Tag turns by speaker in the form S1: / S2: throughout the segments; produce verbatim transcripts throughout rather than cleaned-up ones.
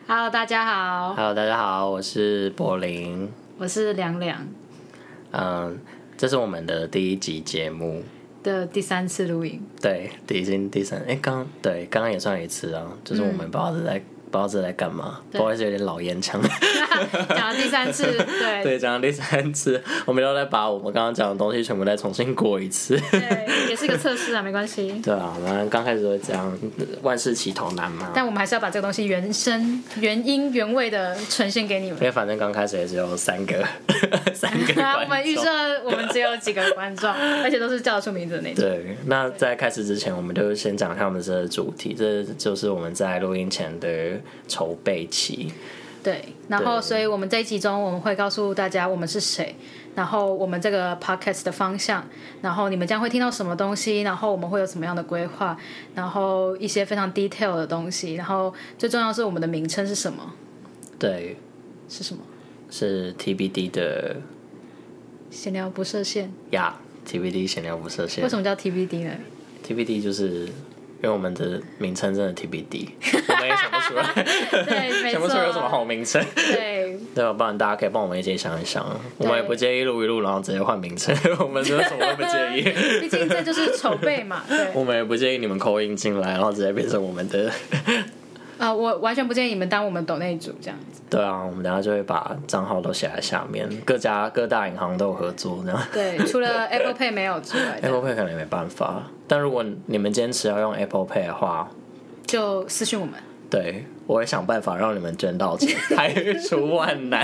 S1: Hello， 大家好。
S2: Hello， 大家好，我是柏林，
S1: 我是凉凉。
S2: 嗯，这是我们的第一集节目
S1: 的第三次录音。
S2: 对，已经第三，哎，刚对，刚刚也算一次啊，就是我们不知道是在、嗯、不知道是在干嘛，不好意思，有点老烟枪。
S1: 讲了第三次，对
S2: 对，讲了第三次，我们都在把我们刚刚讲的东西全部再重新过一次。
S1: 对，也是个测试啊，没关系。
S2: 对啊，我们刚开始都会这样，万事起头难嘛。
S1: 但我们还是要把这个东西原生、原音原味的呈现给你们。
S2: 因为反正刚开始也只有三个，三个观众。
S1: 我们预设我们只有几个观众，而且都是叫得出名字的那种。
S2: 对，那在开始之前，我们就先讲一下我们这个主题，这就是我们在录音前的筹备期。
S1: 对，然后所以我们这一集中我们会告诉大家我们是谁，然后我们这个 podcast 的方向，然后你们将会听到什么东西，然后我们会有什么样的规划，然后一些非常 detail 的东西，然后最重要是我们的名称是什么？
S2: 对，
S1: 是什么？
S2: 是 T B D 的
S1: 闲聊不设限
S2: 呀、yeah, T B D 闲聊不设限。
S1: 为什么叫 T B D 呢？
S2: T B D 就是因为我们的名称真的 T B D， 我们也想不出来，
S1: 对，没错，
S2: 想不出有什么好名称，
S1: 对，
S2: 对吧？不然大家可以帮我们一起想一想，我们也不介意录一录，然后直接换名称，我们真的什么都不介意，
S1: 毕竟这就是筹备嘛，对，
S2: 我们也不介意你们call in进来，然后直接变成我们的。
S1: 呃，我完全不建议你们当我们抖内组这样子。
S2: 对啊，我们等一下就会把账号都写在下面，各家各大银行都有合作这样。
S1: 对，除了 Apple Pay 没有之外
S2: ，Apple Pay 可能也没办法。但如果你们坚持要用 Apple Pay 的话，
S1: 就私讯我们。
S2: 对，我会想办法让你们捐到钱，排除万难。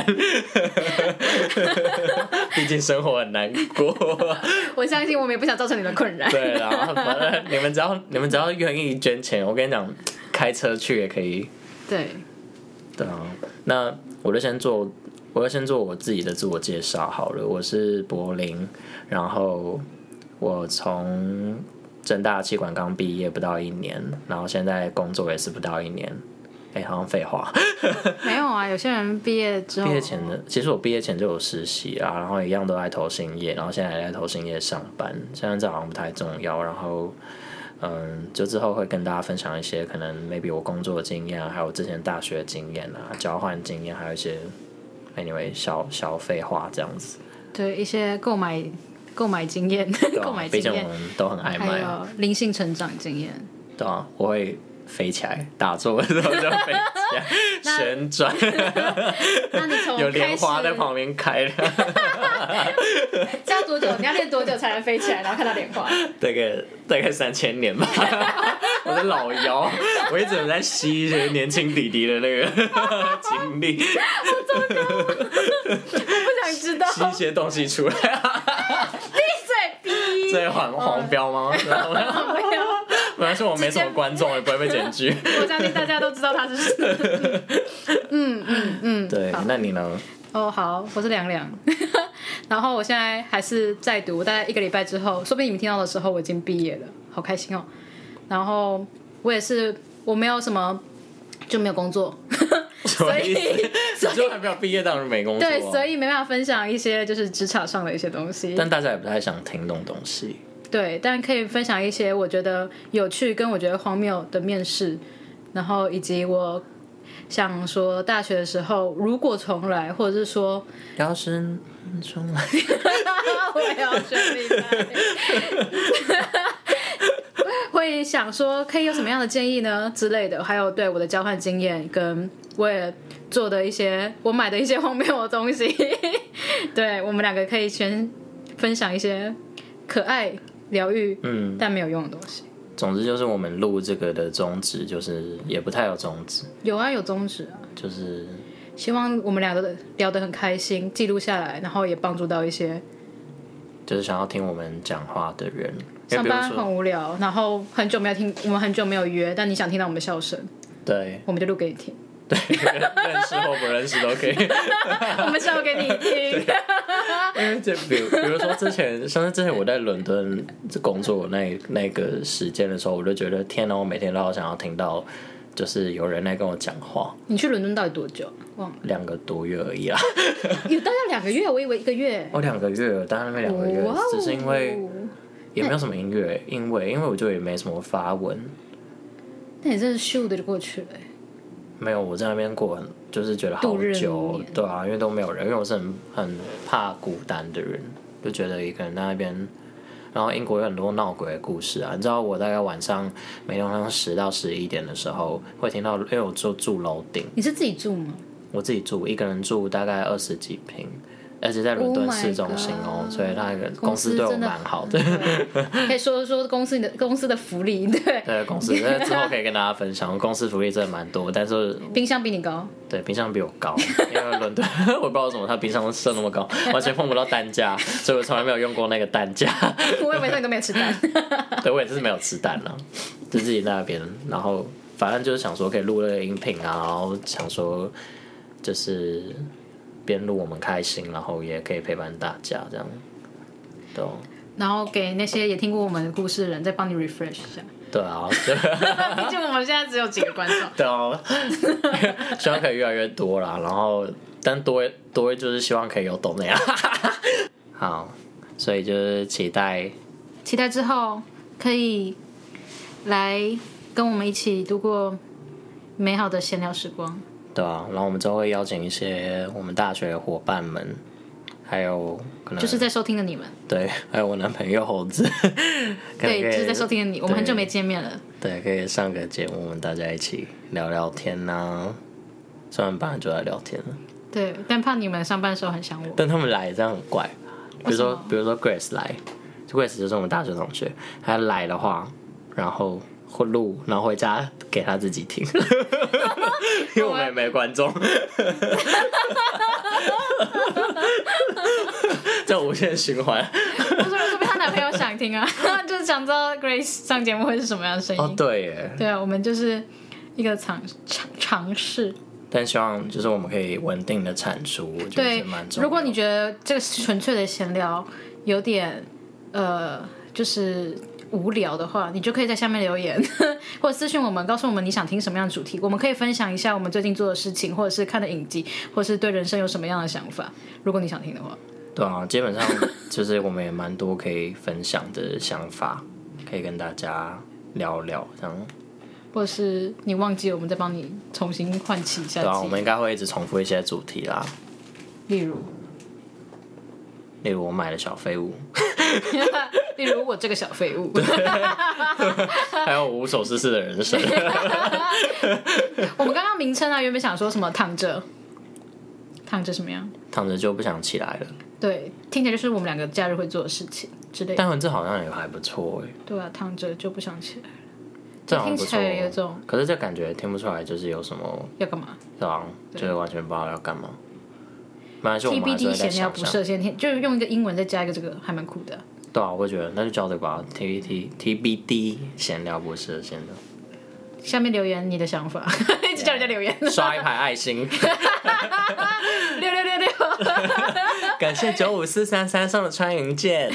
S2: 毕竟生活很难过。
S1: 我相信我们也不想造成你们困扰。
S2: 对啦，反正你们只要你们只要愿意捐钱，我跟你讲，开车去也可以。
S1: 对。
S2: 对啊，那我就先做，我就先做我自己的自我介绍好了。我是柏林，然后我从政大企管刚毕业不到一年，然后现在工作也是不到一年。哎、欸，好像废话。
S1: 没有啊，有些人毕业之后，
S2: 毕业前的，其实我毕业前就有实习啊，然后一样都在投信业，然后现在也在投信业上班。现在这好像不太重要，然后。嗯，就之后会跟大家分享一些可能 maybe 我工作的经验，还有之前大学的经验啊，交换经验，还有一些 anyway 小小废话这样子。
S1: 对，一些购买购买经验，购、啊、买经验，
S2: 毕竟我们都很爱买，
S1: 还有灵性成长经验。
S2: 对啊，我会飞起来，打坐的时候就飞起来，旋转。
S1: 那你从
S2: 有莲花在旁边开。
S1: 这要多久？你要练多久才能飞起来，然后看到莲花？
S2: 大概大概三千年吧。我的老妖，我一直在吸一些年轻弟弟的那个经历。
S1: 好糟糕，我不想知道。
S2: 吸一些东西出来。
S1: 闭嘴！闭。
S2: 这黄黄标吗？黄标。本来是我没什么观众，也不会被检举。
S1: 我相信大家都知道他是谁。嗯嗯嗯。
S2: 对，那你呢？
S1: 哦，好，我是凉凉。然后我现在还是在读，大概一个礼拜之后，说不定你们听到的时候我已经毕业了，好开心哦。然后我也是，我没有什么就没有工作，
S2: 所以你就还没有毕业，当然没工作、啊。
S1: 对，所以没办法分享一些就是职场上的一些东西。
S2: 但大家也不太想听那种东西。
S1: 对，但可以分享一些我觉得有趣跟我觉得荒谬的面试，然后以及我想说大学的时候如果重来，或者是说
S2: 要是重来，
S1: 我也要选你来。会想说可以有什么样的建议呢之类的，还有对我的交换经验，跟我也做的一些我买的一些荒谬的东西。对，我们两个可以先分享一些可爱疗愈嗯但没有用的东西。
S2: 总之就是我们录这个的宗旨就是也不太有宗旨。
S1: 有啊，有宗旨啊，就是希望我们俩都聊得很开心，记录下来，然后也帮助到一些
S2: 就是想要听我们讲话的人。
S1: 上班很无聊，然后很久没有听，我们很久没有约，但你想听到我们的笑声，对，我们就录给你听。
S2: 对，认识或不认识都可以。
S1: 我们笑给你听。
S2: 因为这比如比如说之前，像是之前我在伦敦工作那那个时间的时候，我就觉得天哪，我每天都好想要听到，就是有人来跟我讲话。
S1: 你去伦敦到底多久？忘了。
S2: 两个多月而已啦。
S1: 有大概两个月，我以为一个月。
S2: 哦，两个月，待在那边两个月，哦，只是因为也没有什么音乐，因为因为我就也没什么发文。
S1: 那你真是咻的就过去了。
S2: 没有，我在那边过很就是觉得好
S1: 度日
S2: 久
S1: 如，年
S2: 对啊，因为都没有人，因为我是很很怕孤单的人，就觉得一个人在那边。然后英国有很多闹鬼的故事啊，你知道我大概晚上每天晚上十到十一点的时候会听到，因为我就住楼顶，
S1: 你是自己住吗？
S2: 我自己住，一个人住大概二十几坪，而且在伦敦市中心哦、
S1: Oh my god
S2: 所以那个公司对我蛮好的。
S1: 可以说说公司的公司的福利，对
S2: 对公司，这之后可以跟大家分享，公司福利真的蛮多，但是
S1: 冰箱比你高，
S2: 对冰箱比我高，因为伦敦我不知道为什么它冰箱设那么高，完全碰不到蛋架，所以我从来没有用过那个蛋架。
S1: 我以为你都没有吃蛋。
S2: 对，我也是没有吃蛋了，就自己在那边，然后反正就是想说可以录那个音频啊，然后想说就是边录我们开心，然后也可以陪伴大家这样，对哦。
S1: 然后给那些也听过我们的故事的人再帮你 refresh 一下。
S2: 对啊，
S1: 毕竟我们现在只有几个观众。
S2: 对啊，希望可以越来越多啦。然后，但多多就是希望可以有抖内啊。好，所以就是期待，
S1: 期待之后可以来跟我们一起度过美好的闲聊时光。
S2: 对啊，然后我们之后会邀请一些我们大学的伙伴们，还有可能
S1: 就是在收听的你们，
S2: 对，还有我男朋友猴子，可能可以
S1: 对，就是在收听的你，我们很久没见面了。
S2: 对，可以上个节目，我们大家一起聊聊天呐、啊。虽然本来就在聊天了，
S1: 对，但怕你们上班的时候很想我。
S2: 但他们来这样很怪。比如说
S1: 为什么，
S2: 比如说 Grace 来 ，Grace 就是我们大学同学，他来的话，然后会录，然后回家给他自己听，因为我们也没观众，这无限循环。
S1: 我说说不定她男朋友想听啊，就是想知道 Grace 上节目会是什么样的声音。
S2: 哦，对耶。
S1: 对啊，我们就是一个尝尝尝试。
S2: 但希望就是我们可以稳定的产出，我觉得
S1: 对
S2: 是蛮重要的。
S1: 如果你觉得这个纯粹的闲聊有点呃，就是无聊的话，你就可以在下面留言或者私讯我们，告诉我们你想听什么样的主题，我们可以分享一下我们最近做的事情，或者是看的影集，或者是对人生有什么样的想法。如果你想听的话，
S2: 对啊，基本上就是我们也蛮多可以分享的想法，可以跟大家聊聊这样。
S1: 或者是你忘记，我们再帮你重新唤起一下记忆。
S2: 对啊，我们应该会一直重复一些主题啦，
S1: 例如，
S2: 例如我买了小废物，
S1: 例如我这个小废物，
S2: 还有我无所事事的人生。
S1: 我们刚刚名称啊，原本想说什么躺着，躺着什么样？
S2: 躺着就不想起来了，
S1: 对，听起来就是我们两个假日会做的事情之类的。
S2: 但这好像也还不错哎。
S1: 对啊，躺着就不想起来了，
S2: 这好像不错
S1: 听起来有种，
S2: 可是这感觉听不出来，就是有什么
S1: 要干嘛
S2: 对啊，就是完全不知道要干嘛。没关系，我们还是
S1: ？T B D
S2: 会再
S1: 闲聊不
S2: 想想。
S1: 设限天，就是用一个英文再加一个这个，还蛮酷的。
S2: 对啊，我觉得那就叫这个吧，T B T T B D 闲聊不是闲聊。
S1: 下面留言你的想法，一直叫人家留言，
S2: 刷一排爱心，
S1: 六六六六，
S2: 感谢九五四三三送的穿云箭。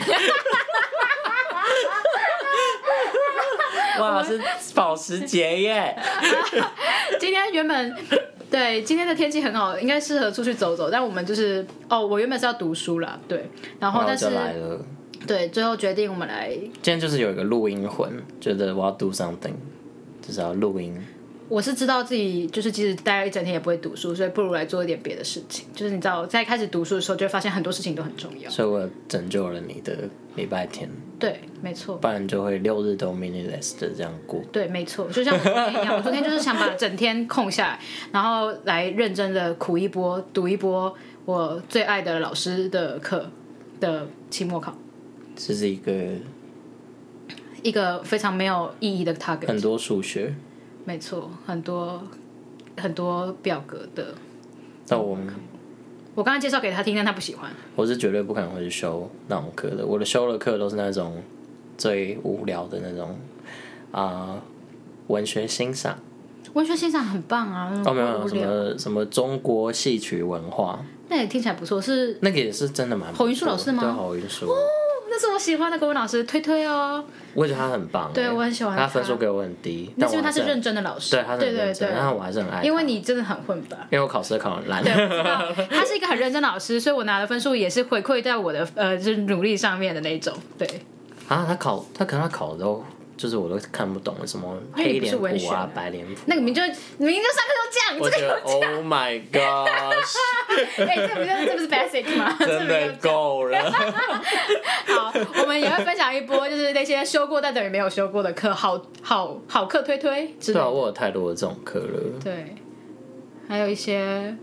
S2: 哇，是保时捷耶！
S1: 今天原本对今天的天气很好，应该适合出去走走，但我们就是哦，我原本是要读书啦，对，然后但是
S2: 就来了。
S1: 对，最后决定我们来。
S2: 今天就是有一个录音魂，觉得我要 do something， 就是要录音。
S1: 我是知道自己就是即使待了一整天也不会读书，所以不如来做一点别的事情。就是你知道，在开始读书的时候，就会发现很多事情都很重要。
S2: 所以我拯救了你的礼拜天。
S1: 对，没错。
S2: 不然就会六日都 meaningless 的这样过。
S1: 对，没错，就像我昨天一样，我昨天就是想把整天空下来，然后来认真的苦一波，读一波我最爱的老师的课的期末考。
S2: 这是一个
S1: 一个非常没有意义的 target，
S2: 很多数学，
S1: 没错，很多很多表格的。
S2: 但我
S1: 我刚刚介绍给他听，但他不喜欢。
S2: 我是绝对不可能会去修那种课的。我的修的课都是那种最无聊的那种啊、呃，文学欣赏。
S1: 文学欣赏很棒啊！
S2: 哦，没有什么什么中国戏曲文化，
S1: 那也听起来不错。是
S2: 那个也是真的蛮不错的。
S1: 侯云树老师吗？
S2: 对，侯云树。
S1: 那是我喜欢的国文老师，推推哦。
S2: 我觉得他很棒，
S1: 对我很喜欢他。
S2: 他分数给我很低，
S1: 那是因为他是认真的老师，
S2: 对，他是很认真，但我还是很爱他。
S1: 因为你真的很混吧？
S2: 因为我考试考很烂。
S1: 对，我知道他是一个很认真的老师，所以我拿的分数也是回馈在我的呃，就是努力上面的那种。对。
S2: 啊，他考他可能他考的都就是我都看不懂什么黑脸谱啊、白脸谱、啊，
S1: 那个明就明明就上课都这样，
S2: 我觉得 Oh my gosh，
S1: 哎、欸，这不是这不是 basic 吗？
S2: 真的够了。
S1: 好，我们也会分享一波，就是那些修过但等于没有修过的课，好好好课推推之类的。
S2: 对啊，我有太多的这种课了。
S1: 对，还有一些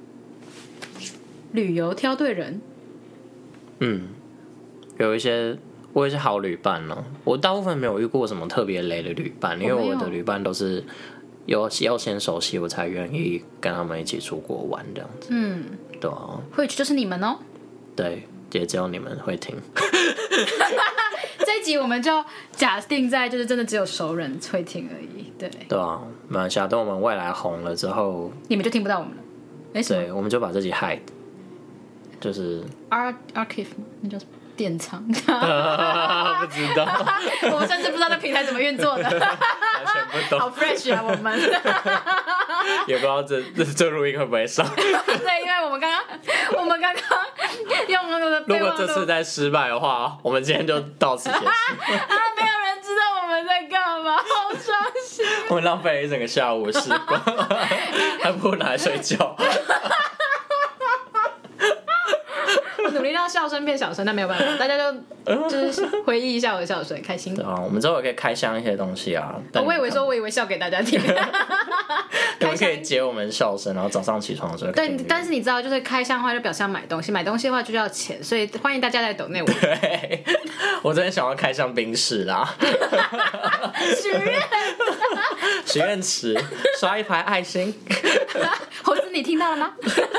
S1: 旅游挑对人。嗯，
S2: 有一些我有一些好旅伴呢、喔，我大部分没有遇过什么特别雷的旅伴，因为我的旅伴都是有要先熟悉，我才愿意跟他们一起出国玩这样子。嗯，对啊，
S1: 会去就是你们哦、喔。
S2: 对，也只有你们会听。
S1: 这一集我们就假定在就是真的只有熟人会听而已。对。
S2: 对啊，没关系啊，等我们未来红了之后，
S1: 你们就听不到我们了。哎、欸，
S2: 对，我们就把自己 hide， 就是
S1: Ar archive 那叫什么？典藏。
S2: 不知道。
S1: 我们甚至不知道那平台怎么运作的。完
S2: 全不懂。
S1: 好 fresh 啊，我们。
S2: 也不知道这这这录音会不会上。
S1: 对，因为我们刚刚我们刚刚用那个。
S2: 如果这次再失败的话，我们今天就到此结束。啊，
S1: 没有人知道我们在干嘛，好伤心。
S2: 我们浪费了一整个下午时光，还不如拿来睡觉。
S1: 我努力让笑声变小声，但没有办法，大家就就是回忆一下我的笑声，开心。
S2: 对啊，我们之后也可以开箱一些东西啊。
S1: 哦、我以为说，我以为笑给大家听。
S2: 你们可以接我们笑声，然后早上起床的时候。
S1: 对，但是你知道，就是开箱的话就表示要买东西，买东西的话就要钱，所以欢迎大家来抖内我。
S2: 对，我真的想要开箱冰室啦。
S1: 许愿，
S2: 许愿池，刷一排爱心。
S1: 猴子，你听到了吗？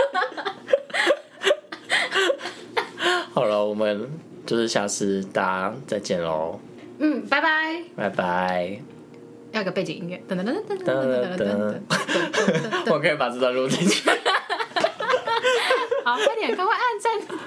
S2: 好了，我们就是下次大家再见喽。
S1: 嗯，拜拜，
S2: 拜拜。
S1: 要个背景音乐，噔噔噔噔噔噔噔噔。
S2: 我可以把这段录进去。
S1: 好，快点，赶快按赞。